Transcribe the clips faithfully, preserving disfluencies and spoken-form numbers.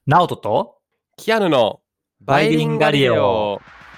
ナオトとキアヌのバイリンガリオ。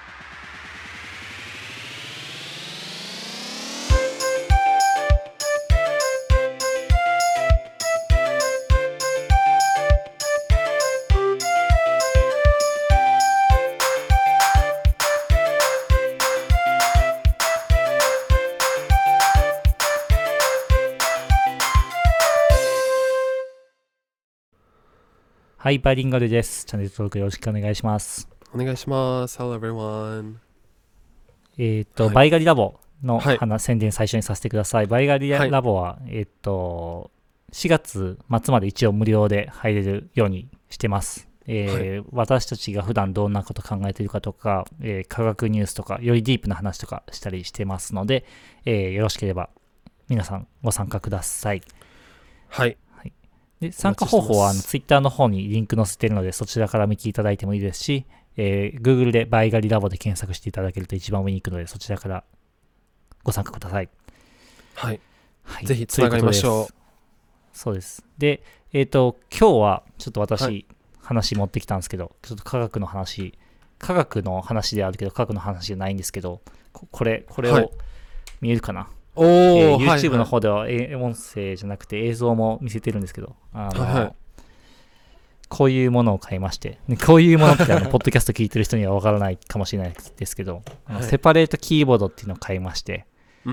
はい、バイリンガルです。チャンネル登録よろしくお願いします。 お願いします。Hello everyone。 えっ、と、 はい、 バイガリラボのはい話、宣伝最初にさせてください。バイガリラボは、えっ、と、しがつ末まで一応無料で入れるようにしてます。えーはい、私たちが普段どんなこと考えているかとか、えー、科学ニュースとか、よりディープな話とかしたりしてますので、えー、よろしければ皆さんご参加ください。 はい。 で参加方法はあのツイッターの方にリンク載せているので、そちらから見ていただいてもいいですし、えー、Google でバイガリラボで検索していただけると一番上に行くので、そちらからご参加ください。 はい。はい、ぜひつながりましょう。 そうです。で、えっ、ー、と、今日はちょっと私、はい、話持ってきたんですけど、ちょっと科学の話、科学の話であるけど、科学の話じゃないんですけど、これ、これを見えるかな、はい、おえー、YouTube の方では、はいはい、音声じゃなくて映像も見せてるんですけど、あの、はいはい、こういうものを買いまして、こういうものってあのポッドキャスト聞いてる人にはわからないかもしれないですけど、はい、セパレートキーボードっていうのを買いまして、 うん、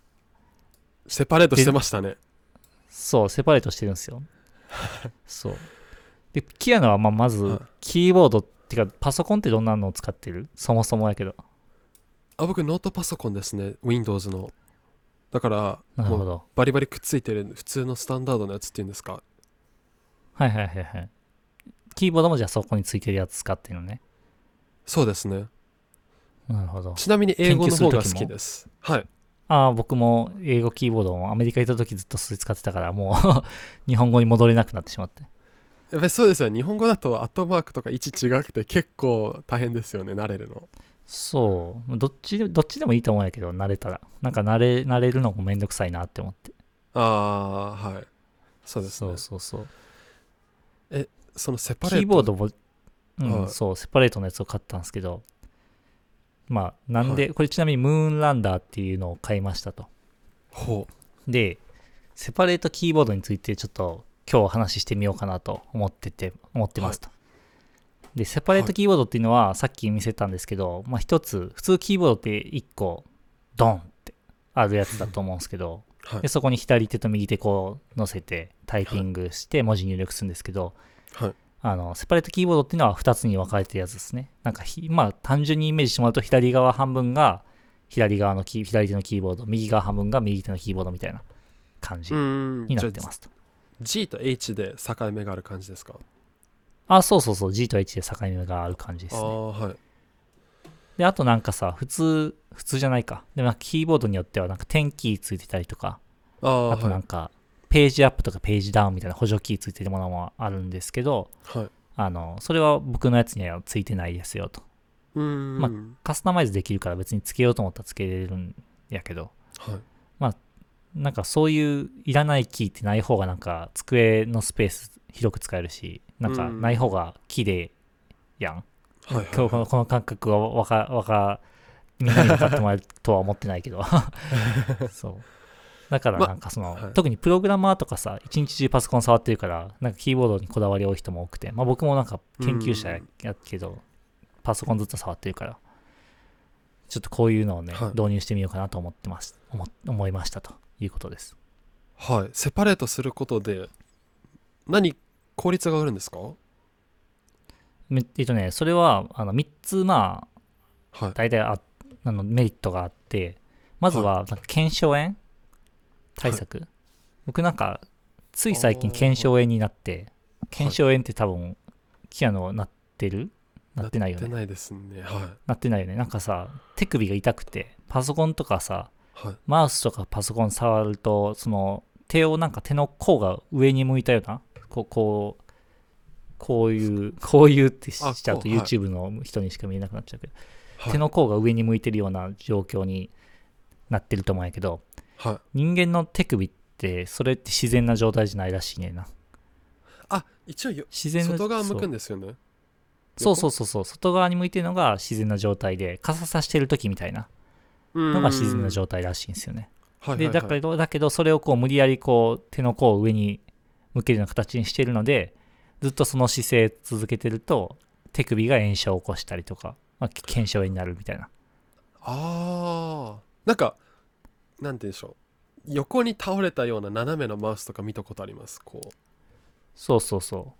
セパレートしてましたね。 そう、セパレートしてるんですよ。そう。で、キアノはまあまずキーボードっていうか、パソコンってどんなのを使ってる？そもそもやけど。 あ、僕ノートパソコンですね。Windows の。だからもうバリバリくっついてる普通のスタンダードのやつっていうんですか。 はいはいはいはい。キーボードもじゃあそこについてるやつ使ってるのね。 そうですね。 なるほど。 ちなみに英語の方が好きです。はい。 ああ、僕も英語キーボードをアメリカ行った時ずっとそれ使ってたから、もう日本語に戻れなくなってしまって。 やっぱりそうですよ。日本語だとアットマークとか位置違くて結構大変ですよね、慣れるの。 そう。どっちで、どっちでもいいと思うんやけど、慣れたら。なんか慣れ、慣れるのもめんどくさいなって思って。 ああ、はい。そうですね。 そうそうそう。 え、そのセパレート。 キーボードも、うん、はい、そう、セパレートのやつを買ったんですけど、まあ、なんで、はい、これちなみにムーンランダーっていうのを買いましたと。 ほう。で、セパレートキーボードについてちょっと今日お話ししてみようかなと思ってて、思ってますと。はい、で、セパレートキーボードっていうのは、さっき見せたんですけど、まあ一つ、普通キーボードっていっこ、ドンってあるやつだと思うんですけど、はい、でそこに左手と右手こう乗せてタイピングして文字入力するんですけど、はい、あのセパレートキーボードっていうのはふたつに分かれてるやつですね。なんかまあ単純にイメージしてもらうと、左側半分が左側のキー左手のキーボード、右側半分が右手のキーボードみたいな感じになってますと。 G と H で境目がある感じですか？ あ、そうそうそう、G と H で境目がある感じですね。あ、はい。で、あとなんかさ、普通、普通じゃないか。でもなんかキーボードによってはなんか点キーついてたりとか、あ, あとなんか、ページアップとかページダウンみたいな補助キーついてるものもあるんですけど、はい、あのそれは僕のやつにはついてないですよと。うーん、まあ、カスタマイズできるから別につけようと思ったらつけれるんやけど、はい、まあなんかそういういらないキーってない方がなんか机のスペース広く使えるし、なんかない方が綺麗やん。はいはいはい、今日この感覚はわかわかみんなに分かってもらえるとは思ってないけどそうだからなんかその、まはい、特にプログラマーとかさ、一日中パソコン触ってるからなんかキーボードにこだわり多い人も多くて、まあ、僕もなんか研究者やけどパソコンずっと触ってるから、ちょっとこういうのをね、はい、導入してみようかなと思ってます思思いましたということです。 はい。セパレートすることで何効率が上がるんですか？ えっとね、それはあのみっつまあ、はい、大体ああのメリットがあって、まずはなんか腱鞘炎対策、はい、僕なんかつい最近腱鞘炎になって、腱鞘炎って多分キアノなってる？なってないよね。 なってないですね。はい。 なってないよね。なんかさ、手首が痛くて、パソコンとかさ、はい、マウスとかパソコン触ると、その手をなんか手の甲が上に向いたような、こうこうこういうこういうってしちゃうと YouTube の人にしか見えなくなっちゃうけど、はい、手の甲が上に向いてるような状況になってると思うんやけど、はい、人間の手首ってそれって自然な状態じゃないらしいねんな。 あ、 一応よ自然の外側向くんですよね。 そうそうそうそう、外側に向いてるのが自然な状態で、傘さしてる時みたいなのが自然な状態らしいんですよね。でだけどだけどそれをこう無理やりこう手の甲を上に向けるような形にしてるので、ずっとその姿勢続けてると手首が炎症を起こしたりとか、まあ、腱鞘炎になるみたいな。 ああ、なんかなんて言うんでしょう、横に倒れたような斜めのマウスとか見たことあります。こうそうそうそう、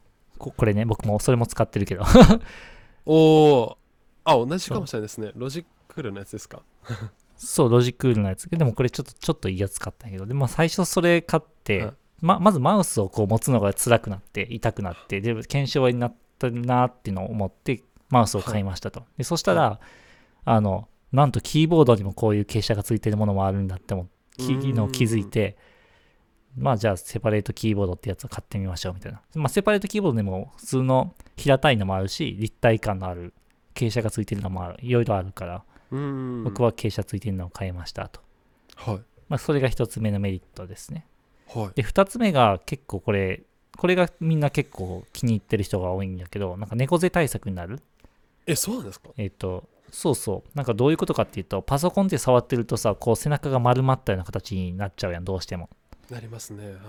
ここれね、僕もそれも使ってるけどおお、あ、同じかもしれないですね。ロジクールのやつですかそう、ロジクールのやつでもこれちょっとちょっといいやつ買ったんやけど、でも最初それ買って、はい、ま, まずマウスをこう持つのが辛くなって痛くなってで腱鞘炎になったなっていうのを思ってマウスを買いましたと、はい、でそしたら、はい、あのなんとキーボードにもこういう傾斜がついてるものもあるんだって思ってのを気づいて、まあじゃあセパレートキーボードってやつを買ってみましょうみたいな。まあセパレートキーボードでも普通の平たいのもあるし立体感のある傾斜がついてるのもある、いろいろあるから、僕は傾斜ついてるのを買いましたと。 はい。 まあそれが一つ目のメリットですね。 はい。 で二つ目が結構これこれがみんな結構気に入ってる人が多いんだけど、なんか猫背対策になる。 え、そうなんですか？ えっとそうそう、なんかどういうことかっていうと、パソコンって触ってるとさ、こう背中が丸まったような形になっちゃうやん、どうしても。 なりますね。はい。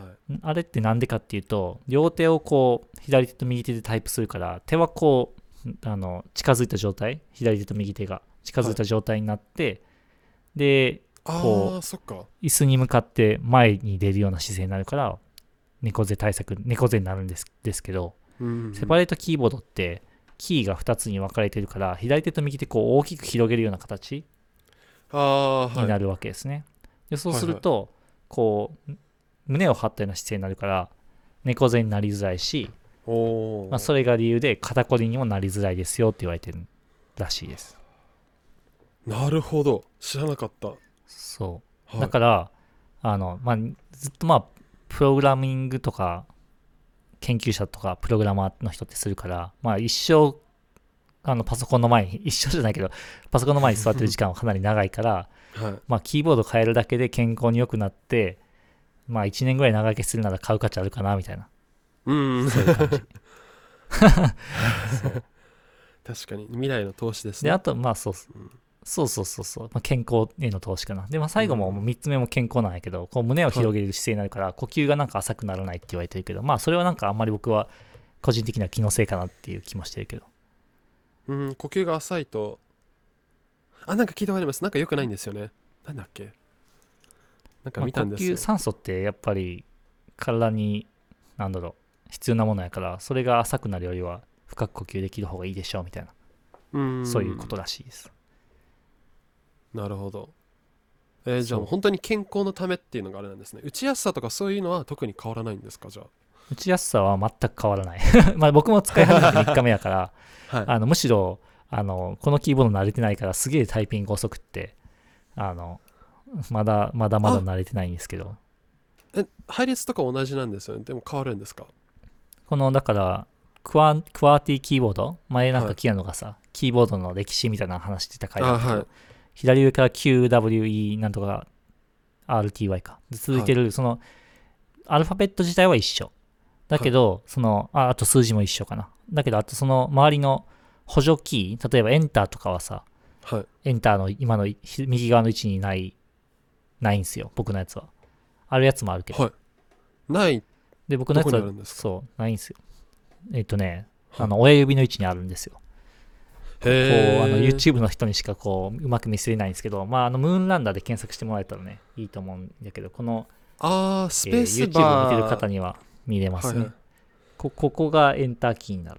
あれってなんでかっていうと、両手をこう左手と右手でタイプするから、手はこうあの近づいた状態、左手と右手が近づいた状態になって、はい、でこうあ、そっか、 椅子に向かって前に出るような姿勢になるから猫背対策、猫背になるんですですけど、 うんうん、 セパレートキーボードってキーがふたつに分かれてるから、左手と右手こう大きく広げるような形になるわけですね。でそうすると、はいはい、こう胸を張ったような姿勢になるから猫背になりづらいし、まあ、それが理由で肩こりにもなりづらいですよって言われてるらしいです。 なるほど、知らなかった。 そう、はい、だからあの、まあ、ずっとまあプログラミングとか研究者とかプログラマーの人ってするから、まあ、一生あのパソコンの前に一生じゃないけどパソコンの前に座ってる時間はかなり長いから、はい、まあ、キーボード変えるだけで健康に良くなって、まあ、いちねんぐらい長生きするなら買う価値あるかなみたいな、 うんそういう感じそう確かに未来の投資ですね。 であとまあそう、うん、そうそうそうそう、まあ、健康への投資かな。で、まあ、最後もみっつめも健康なんやけど、こう胸を広げる姿勢になるから、呼吸がなんか浅くならないって言われてるけど、まあそれはなんかあんまり僕は個人的な気のせいかなっていう気もしてるけど。 うん、呼吸が浅いと、あ、なんか聞いたことあります。なんか良くないんですよね。なんだっけ、なんか見たんですよ。 まあ、呼吸、酸素ってやっぱり体になんだろう必要なものやから、それが浅くなるよりは深く呼吸できる方がいいでしょうみたいな、うん、そういうことらしいです。 なるほど。えー、じゃあ本当に健康のためっていうのがあれなんですね。打ちやすさとかそういうのは特に変わらないんですか？じゃあ打ちやすさは全く変わらないまあ僕も使い始めてみっかめやから、はい、あのむしろあのこのキーボード慣れてないからすげえタイピング遅くってあのまだまだまだ慣れてないんですけど。 え、配列とか同じなんですよね。でも変わるんですか？ このだからクワンクワーティキーボード、前なんかキアノがさ、はい、キーボードの歴史みたいな話してた回だったけど、はい、左上から キューダブリューイー なんとか アールティーワイ か続いてる、はい、そのアルファベット自体は一緒だけど、はい、その あ, あと数字も一緒かな。だけどあとその周りの補助キー、例えばエンターとかはさ、 はい、 エンターの今の右側の位置にないないんすよ、僕のやつは。あるやつもあるけど、 はい、ないで僕のやつはそうないんすよ。えっとね、はい、あの親指の位置にあるんですよ。 へこうあの YouTube の人にしかこううまく見せれないんですけど、まあ、あのムーンランダーで検索してもらえたらねいいと思うんだけど、このあースペースバー、 えー、YouTube を見てる方には見れますね、はいはい、こ, ここがエンターキーになって、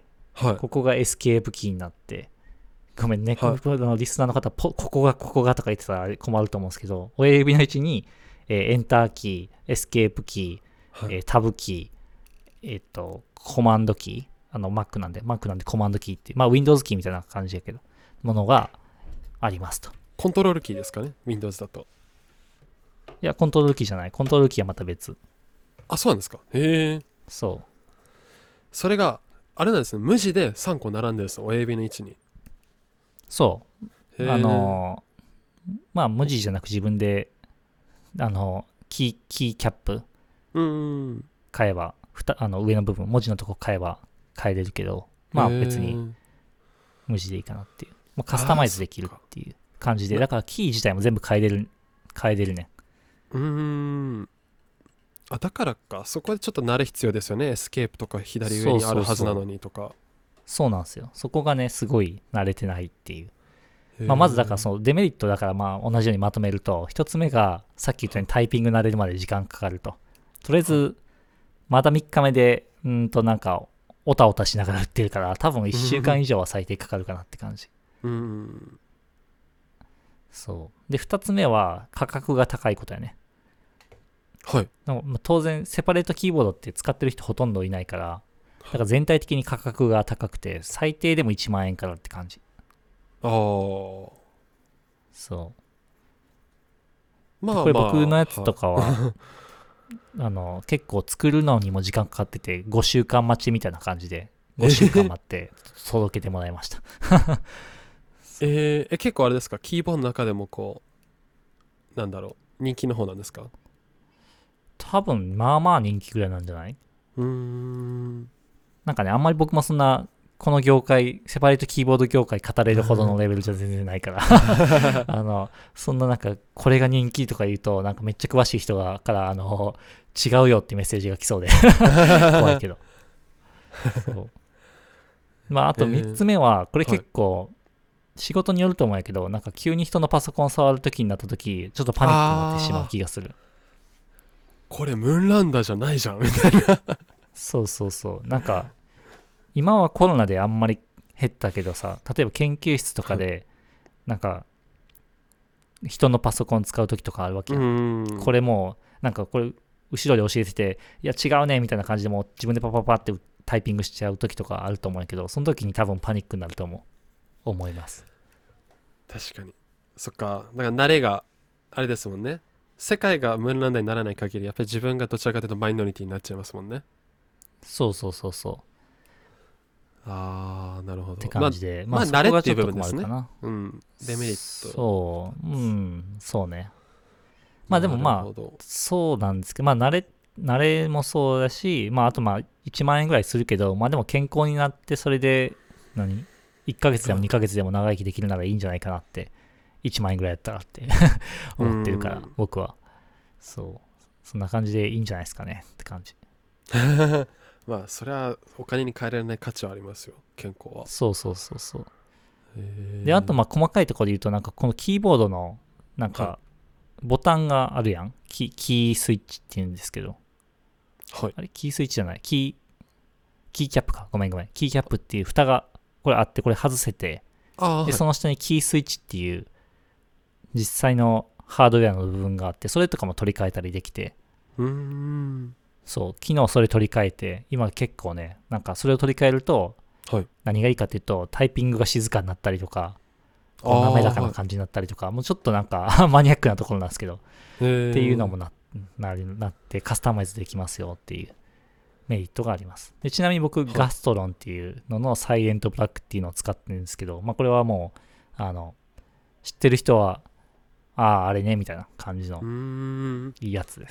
はい、ここがエスケープキーになって、ごめんね、はい、このリスナーの方ここがここがとか言ってたら困ると思うんですけど、親指の位置に、えー、エンターキー、エスケープキー、はい、えー、タブキー、えっ、ー、とコマンドキー、あの Mac なんで Mac なんでコマンドキーって、まあ Windows キーみたいな感じやけどものがありますと。 コントロールキーですかね、 Windows だと。 いやコントロールキーじゃない、コントロールキーはまた別。 あ、そうなんですか。へえ。 そう、 それがあれなんですね、無地でさんこ並んでるんですよ、親指の位置に。 そうあのまあ文字じゃなく自分であのキーキーキャップうん買えばふたあの上の部分文字のとこ変えば変えれるけど、まあ別に無地でいいかなっていう、まあ、カスタマイズできるっていう感じで、だからキー自体も全部変えれる変えれるね。 うーん。あ、だからか。そこでちょっと慣れ必要ですよね。エスケープとか左上にあるはずなのにとか。そうそうそう、 そうなんですよ。そこがねすごい慣れてないっていう。まあ、まずだからそのデメリットだからまあ同じようにまとめると、一つ目がさっき言ったようにタイピング慣れるまで時間かかると。とりあえずまだみっかめでうんとなんかおたおたしながら売ってるから、多分いっしゅうかん以上は最低かかるかなって感じ。 うん。 そうで、ふたつめは価格が高いことやね。 はい。 でも当然セパレートキーボードって使ってる人ほとんどいないから、だから全体的に価格が高くて最低でもいちまんえんからって感じ。 ああ。 そう。 まあまあ。 これ僕のやつとかは、はい、あの結構作るのにも時間かかっててごしゅうかん待ちみたいな感じでごしゅうかん待って届けてもらいました。 えー、え結構あれですか、キーボードの中でもこうなんだろう人気の方なんですか？ 多分まあまあ人気ぐらいなんじゃない？ うーん。 なんかね、あんまり僕もそんなこの業界セパレートキーボード業界語れるほどのレベルじゃ全然ないからあのそんななんかこれが人気とか言うとなんかめっちゃ詳しい人がからあの違うよってメッセージが来そうで怖いけどそうまああとみっつめはこれ結構仕事によると思うんやけど、なんか急に人のパソコン触るときになったときちょっとパニックになってしまう気がする。 これムーンランダーじゃないじゃんみたいなそうそうそう、なんか今はコロナであんまり減ったけどさ、例えば研究室とかでなんか人のパソコン使う時とかあるわけやん。これもなんかこれ後ろで教えてて、いや違うねみたいな感じでもう自分でパパパってタイピングしちゃう時とかあると思うんやけど、その時に多分パニックになると思う思います。 確かに。そっか。だから慣れがあれですもんね。世界がムーンランダーにならない限りやっぱり自分がどちらかというとマイノリティになっちゃいますもんね。 そうそうそうそう。 ああ、なるほど。 って感じで、 まあ、まあ、慣れっていう部分ですね。うん。デメリット。 そう、うん、そうね。まあでもまあ、そうなんですけど、まあ慣れ、慣れもそうだし、まああとまあいちまんえんぐらいするけど、まあでも健康になってそれで、何 ?いっ ヶ月でもにかげつでも長生きできるならいいんじゃないかなって、いちまんえんぐらいやったらって思ってるから、僕は。そう。そんな感じでいいんじゃないですかねって感じ。 まあそれはお金に換えられない価値はありますよ、健康は。 そうそうそうそう。であとまあ細かいところで言うと、なんかこのキーボードのなんかボタンがあるやん、キ, キースイッチっていうんですけど、 はい、 あれキースイッチじゃない、キーキーキャップか、ごめんごめん、キーキャップっていう蓋がこれあって、これ外せて、 あ、 で、 はい、 その下にキースイッチっていう実際のハードウェアの部分があって、それとかも取り替えたりできて、 うーん、 そう、昨日それ取り替えて、今結構ね、なんかそれを取り替えると、 はい、 何がいいかっていうと、タイピングが静かになったりとか、滑らかな感じになったりとか、はい、もうちょっとなんかマニアックなところなんですけど、っていうのも な, な, なってカスタマイズできますよっていうメリットがあります。でちなみに僕、はい、ガストロンっていうののサイレントブラックっていうのを使ってるんですけど、まあ、これはもうあの知ってる人はあああれねみたいな感じのいいやつです。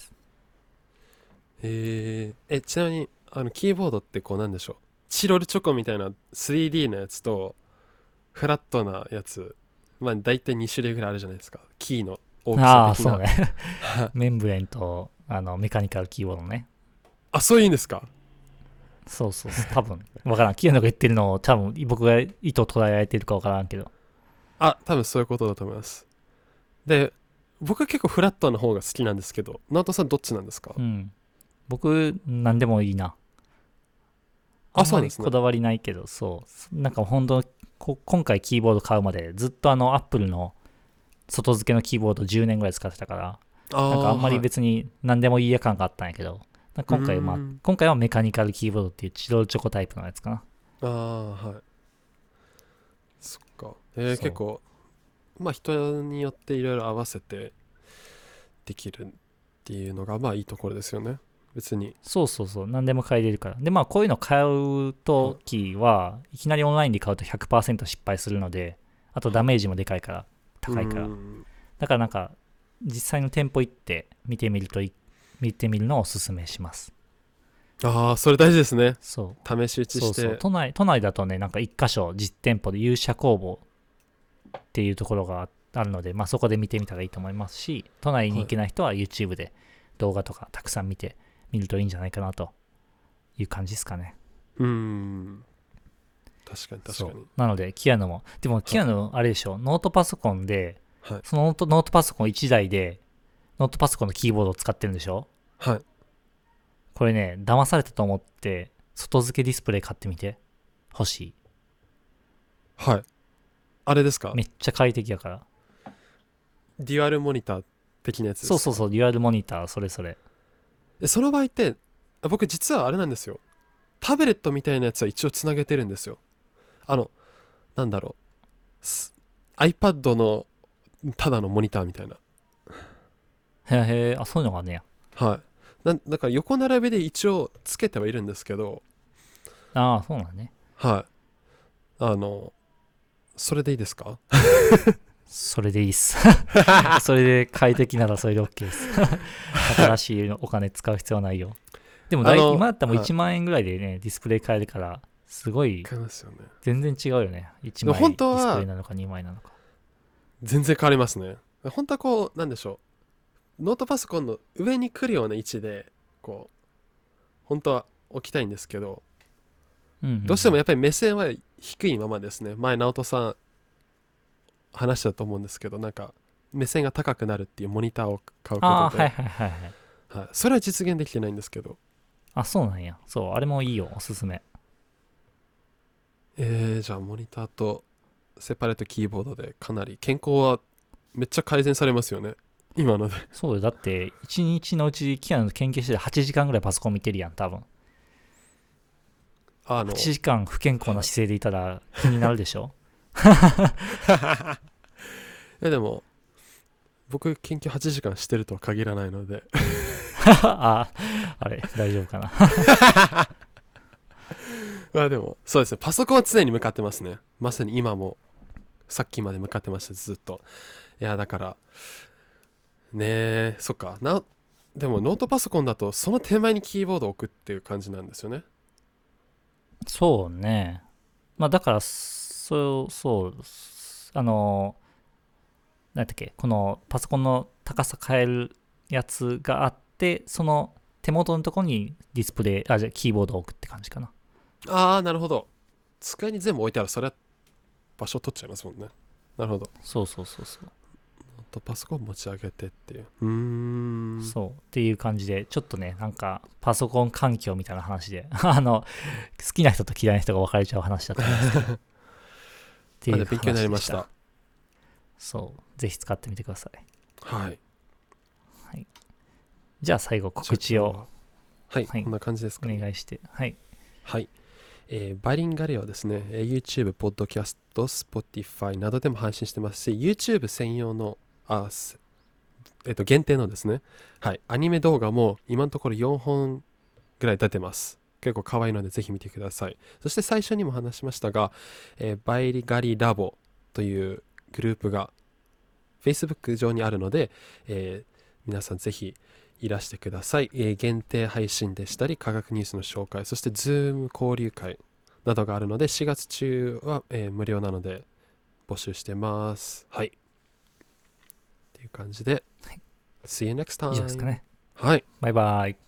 へえ。ちなみにあのキーボードってこうなんでしょう、チロルチョコみたいな スリーディー のやつとフラットなやつ、まあ大体に種類ぐらいあるじゃないですか、キーの大きさ的な。ああそうねメンブレンとあのメカニカルキーボードね。 あ、そういうんですか。 そうそうそう、多分分からん、キーのが言ってるのを多分僕が意図捉えられてるか分からんけど、 あ、多分そういうことだと思います。で、僕は結構フラットな方が好きなんですけど、直人さんどっちなんですか？ うん、僕何でもいいな。あんまりこだわりないけど、そう、なんか本当こ今回キーボード買うまでずっとあのアップルの外付けのキーボードじゅうねんぐらい使ってたから、なんかあんまり別に何でもいいや感があったんやけど、はい、今回は、まあ、今回はメカニカルキーボードっていうチロルチョコタイプのやつかな。 ああ、はい。そっか。えー、結構まあ人によっていろいろ合わせてできるっていうのがまあいいところですよね、別に。 そうそうそう、何でも買えれるから。でまあこういうの買うときはいきなりオンラインで買うと ひゃくパーセント 失敗するので、あとダメージもでかいから高いから、だからなんか実際の店舗行って見てみると見てみるのをおすすめします。 ああ、それ大事ですね。 そう試し打ちして。 そうそう都内都内だとね、なんか一箇所実店舗で勇者工房っていうところがあるので、まあそこで見てみたらいいと思いますし、都内に行けない人は YouTube で動画とかたくさん見てみるといいんじゃないかなという感じですかね。 うーん。確かに確かに。 なのでキアヌも、でもキアヌあれでしょ、ノートパソコンで、 はい、 そのノート、ノートパソコンいちだいでノートパソコンのキーボードを使ってるんでしょ。 はい。 これね、騙されたと思って外付けディスプレイ買ってみて欲しい。 はい。あれですか？ めっちゃ快適やから。 デュアルモニター的なやつですか？ そうそうそう、デュアルモニター、それそれ。 その場合って僕実はあれなんですよ、タブレットみたいなやつは一応つなげてるんですよ。あのなんだろう iPad のただのモニターみたいな。 へえ、あ、そういうのがあんねや。 はいな。だから横並びで一応つけてはいるんですけど。 ああ、そうなんね。 はい。あのそれでいいですか？ それでいいっす。それで快適ならそれで OK です。新しいお金使う必要はないよ。でもだい今だったらもういちまん円ぐらいでね、はい、ディスプレイ買えるから、すごい、全然違うよね。いちまいディスプレイなのかにまいなのか。 全然変わりますね。本当はこう、なんでしょう。ノートパソコンの上に来るような位置で、こう、本当は置きたいんですけど、うんうん、どうしてもやっぱり目線は低いままですね。前、直人さん話したと思うんですけど、なんか、目線が高くなるっていうモニターを買うことで、あ、はいはいはいはい、はい。それは実現できてないんですけど。 あ、そうなんや。そう、あれもいいよ、おすすめ。 えー、じゃあモニターとセパレートキーボードでかなり健康はめっちゃ改善されますよね、今ので。 そうよ、だっていちにちのうちキアヌ研究してはちじかんぐらいパソコン見てるやん、多分。あのはちじかん不健康な姿勢でいたら気になるでしょ。 いやでも僕研究はちじかんしてるとは限らないのでああれ大丈夫かな。 まあでもそうですね、パソコンは常に向かってますね。まさに今もさっきまで向かってました、ずっと。いやだからねえ、そっかな。でもノートパソコンだとその手前にキーボードを置くっていう感じなんですよね。 そうね。まあだからそうそうあの何だっけ、このパソコンの高さ変えるやつがあって、その手元のところにディスプレイ、あ、じゃあキーボードを置くって感じかな。 ああ、なるほど。机に全部置いたらそれは場所取っちゃいますもんね。なるほど。 そうそうそうそう。ノートパソコン持ち上げてっていう。うーん。 そうっていう感じで、ちょっとね、なんかパソコン環境みたいな話で、あの、好きな人と嫌いな人が分かれちゃう話だったんですけど。っていう話でした。勉強になりました。そう、ぜひ使ってみてください。 はい。 はい。じゃあ最後告知を。 はい、はい、こんな感じですか、 ね、お願いして。はい。 はい。えー、バイリンガレオはですね、YouTube、Podcast、Spotify などでも配信してますし、YouTube 専用の、あ、えっと、限定のですね、はい、アニメ動画も今のところよんほんぐらい出てます。結構可愛いのでぜひ見てください。そして最初にも話しましたが、えー、バイリガリラボというグループが Facebook 上にあるので、えー、皆さんぜひいらしてください。えー、限定配信でしたり、科学ニュースの紹介、そして Zoom 交流会などがあるので、しがつ中は、えー、無料なので募集してます。はい。っていう感じで、はい、See you next time. 以上ですかね。 はい。 バイバイ。